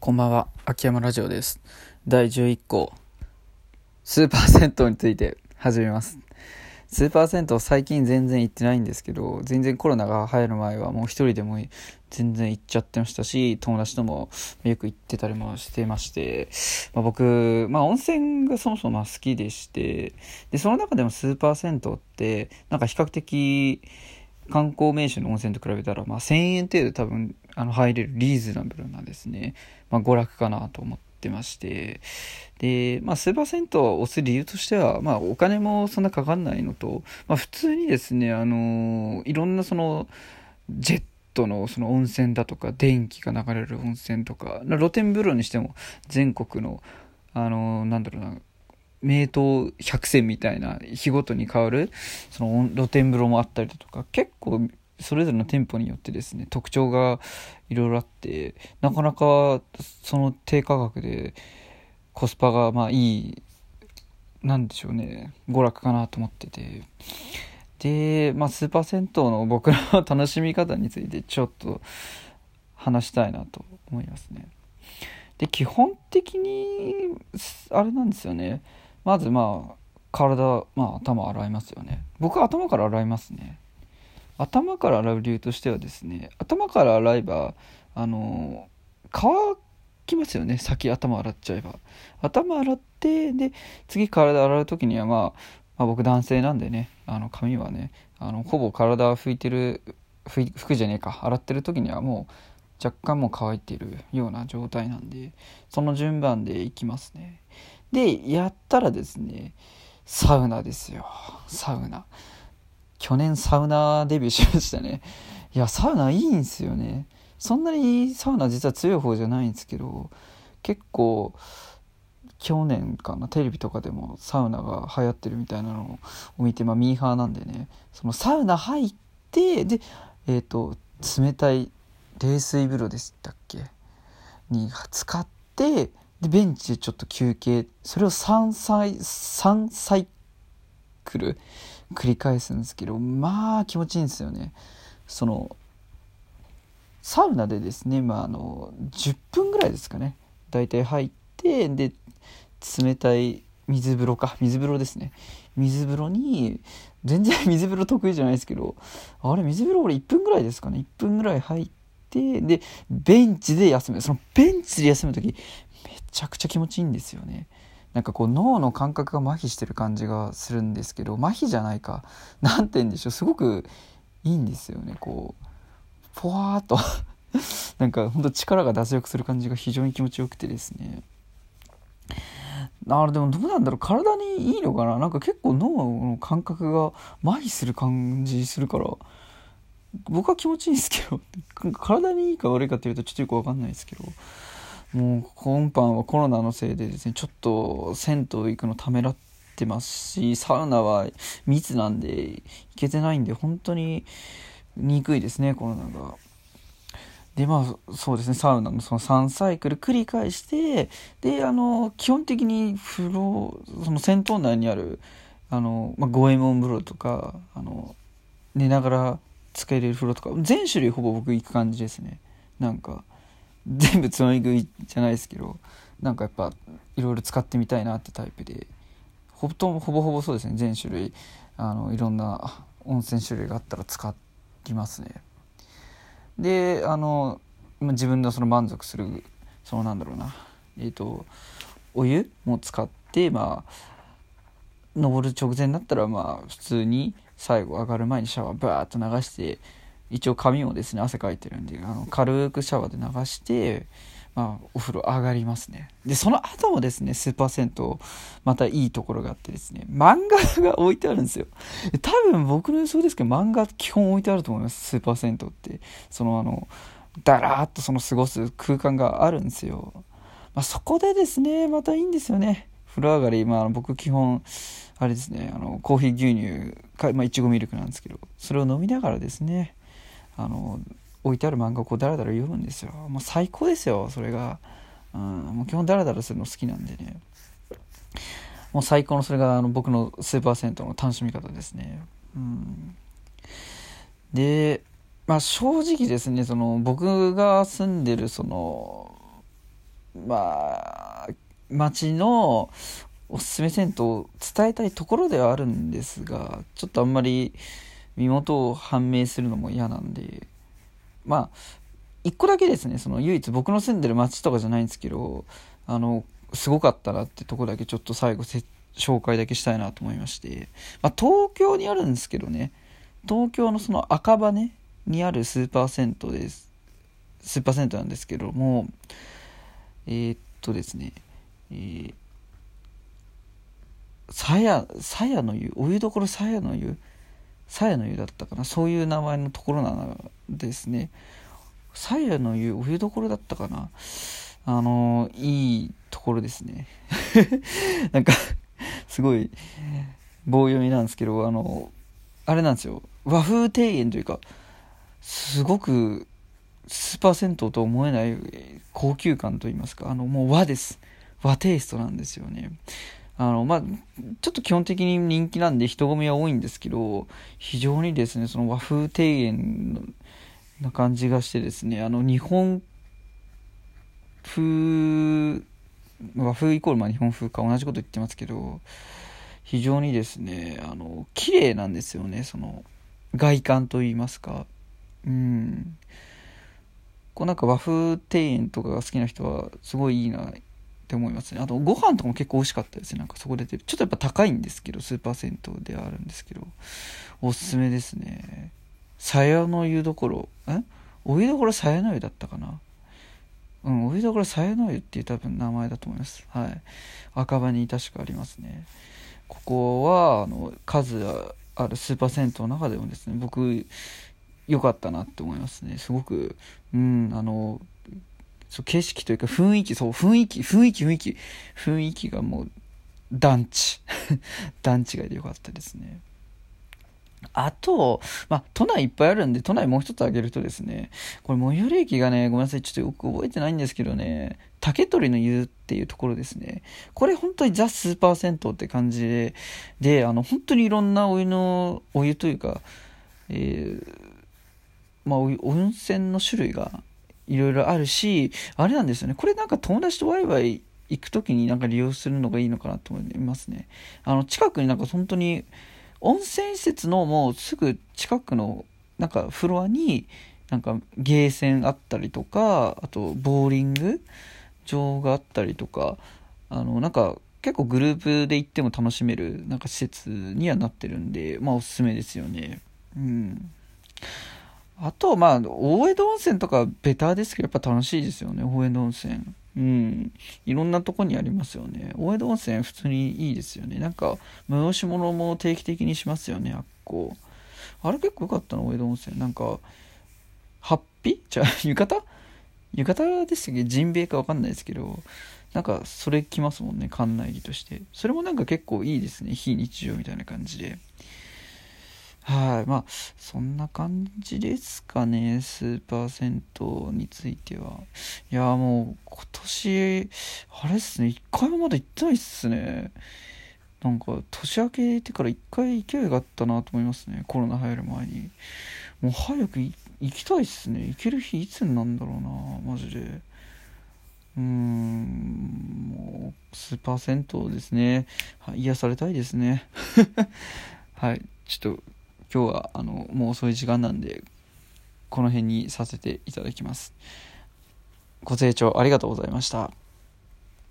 こんばんは、秋山ラジオです。第11項、スーパー銭湯について始めます。スーパー銭湯最近全然行ってないんですけど、全然コロナが流行る前はもう一人でも全然行っちゃってましたし、友達ともよく行ってたりもしてまして、僕、温泉がそもそも好きでして、で、その中でもスーパー銭湯って、なんか比較的観光名所の温泉と比べたら、1000円程度多分入れるリーズナブルなんですね。娯楽かなと思ってまして、で、スーパー銭湯を押す理由としては、お金もそんなかかんないのと、普通にですね、いろんなそのジェットのその温泉だとか電気が流れる温泉とか露天風呂にしても全国の名湯100選みたいな日ごとに変わるその露天風呂もあったりだとか、結構それぞれの店舗によってですね特徴がいろいろあって、なかなかその低価格でコスパがいい、なんでしょうね、娯楽かなと思ってて、で、スーパー銭湯の僕の楽しみ方についてちょっと話したいなと思いますね。で、基本的にあれなんですよね。まず体、頭洗いますよね。僕は頭から洗いますね。頭から洗う理由としてはですね、頭から洗えば乾きますよね。先頭洗っちゃえば、頭洗って、で次体洗う時には僕男性なんでね、髪はねほぼ体拭いてる服じゃねえか洗ってる時にはもう若干もう乾いているような状態なんで、その順番でいきますね。でやったらですね、サウナですよ。サウナ、去年サウナデビューしましたね。いや、サウナいいんすよね。そんなにサウナ実は強い方じゃないんですけど、結構去年かな、テレビとかでもサウナが流行ってるみたいなのを見て、ミーハーなんでね、そのサウナ入って、で冷たい冷水風呂でしたっけに使って、でベンチでちょっと休憩、それを3サイクル繰り返すんですけど、気持ちいいんですよね。そのサウナでですね、10分ぐらいですかね、だいたい入って、で冷たい水風呂ですね。水風呂に、全然水風呂得意じゃないですけど、あれ水風呂俺1分ぐらいですかね、1分ぐらい入って、でベンチで休む。そのベンチで休む時めちゃくちゃ気持ちいいんですよね。なんか脳の感覚が麻痺してる感じがするんですけど、麻痺じゃないか、なんて言うんでしょう、すごくいいんですよね。ポワーっとなんか本当力が脱力する感じが非常に気持ちよくてですね。でもどうなんだろう、体にいいのかな。なんか結構脳の感覚が麻痺する感じするから、僕は気持ちいいんですけど体にいいか悪いかっていうとちょっとよく分かんないですけど、もう今般はコロナのせいでですね、ちょっと銭湯行くのためらってますし、サウナは密なんで行けてないんで本当に憎いですね、コロナが。でそうですね、サウナのその3サイクル繰り返して、で基本的に風呂、その銭湯内にある五右衛門風呂とか寝ながら使えれる風呂とか全種類ほぼ僕行く感じですね。なんか全部つまみ食いじゃないですけど、なんかやっぱいろいろ使ってみたいなってタイプで、ほぼそうですね、全種類いろんな温泉種類があったら使いますね。で自分のその満足するそのお湯も使って、登る直前だったら普通に最後上がる前にシャワーバーッと流して、一応髪もですね汗かいてるんで軽くシャワーで流して、お風呂上がりますね。でその後もですね、スーパー銭湯またいいところがあってですね、漫画が置いてあるんですよ。多分僕の予想ですけど漫画基本置いてあると思います。スーパー銭湯ってだらーっと過ごす空間があるんですよ。そこでですねまたいいんですよね。風呂上がり、僕基本あれですね、コーヒー牛乳か、いちごミルクなんですけど、それを飲みながらですね置いてある漫画をダラダラ読むんですよ。もう最高ですよそれが。もう基本ダラダラするの好きなんでね、もう最高の、それが僕のスーパー銭湯の楽しみ方ですね。で正直ですね、僕が住んでるまあ街のおすすめ銭湯を伝えたいところではあるんですが、ちょっとあんまり身元を判明するのも嫌なんで、まあ一個だけですね、その唯一僕の住んでる町とかじゃないんですけど、すごかったなってとこだけちょっと最後紹介だけしたいなと思いまして、東京にあるんですけどね、東京のその赤羽にあるスーパー銭湯です。スーパー銭湯なんですけども、ですね、さやの湯、お湯どころさやの湯だったかな、そういう名前のところなんですね。さやの湯、お湯どころだったかな。いいところですね。なんかすごい棒読みなんですけど、あれなんですよ、和風庭園というか、すごくスーパー銭湯と思えない高級感といいますか、もう和です。和テイストなんですよね。ちょっと基本的に人気なんで人混みは多いんですけど、非常にですね、その和風庭園な感じがしてですね、日本風、和風イコール日本風か同じこと言ってますけど、非常にですね、綺麗なんですよね、その外観といいますか。こうなんか和風庭園とかが好きな人はすごいいいなって思いますね。あとご飯とかも結構美味しかったですね。なんかそこでちょっとやっぱ高いんですけど、スーパー銭湯ではあるんですけど、おすすめですね。鞘の湯どころ、お湯どころ鞘の湯だったかな。お湯どころ鞘の湯っていう多分名前だと思います。はい。赤羽に確かありますね。ここは数あるスーパー銭湯の中でもですね、僕良かったなって思いますね。すごくそう景色というか雰囲気がもう団地団地外で良かったですね。あと、都内いっぱいあるんで、都内もう一つ挙げるとですね、これ最寄り駅がね、ごめんなさい、ちょっとよく覚えてないんですけどね、竹取の湯っていうところですね。これ本当にザ・スーパー銭湯って感じで、本当にいろんなお湯というか、温泉の種類がいろいろあるし、あれなんですよね、これなんか友達とワイワイ行くときになんか利用するのがいいのかなと思いますね。近くになんか本当に温泉施設のもうすぐ近くのなんかフロアになんかゲーセンあったりとか、あとボーリング場があったりとか、なんか結構グループで行っても楽しめるなんか施設にはなってるんで、おすすめですよね。あと大江戸温泉とかベターですけど、やっぱ楽しいですよね、大江戸温泉。いろんなとこにありますよね。大江戸温泉普通にいいですよね。なんか催し物も定期的にしますよね、あっこ。あれ結構良かったな、大江戸温泉。なんかハッピじゃあ浴衣でしたっけ、ジンベエか分かんないですけど、なんかそれ来ますもんね、館内着として。それもなんか結構いいですね、非日常みたいな感じで。はい、そんな感じですかね、スーパー銭湯については。いやもう今年あれっすね、一回もまだ行ってないっすね。なんか年明けてから一回勢いがあったなと思いますね、コロナ入る前に。もう早く行きたいっすね。行ける日いつになんだろうな、マジで。もうスーパー銭湯ですね。はい、癒されたいですね。はい、ちょっと今日はもう遅い時間なんでこの辺にさせていただきます。ご清聴ありがとうございました。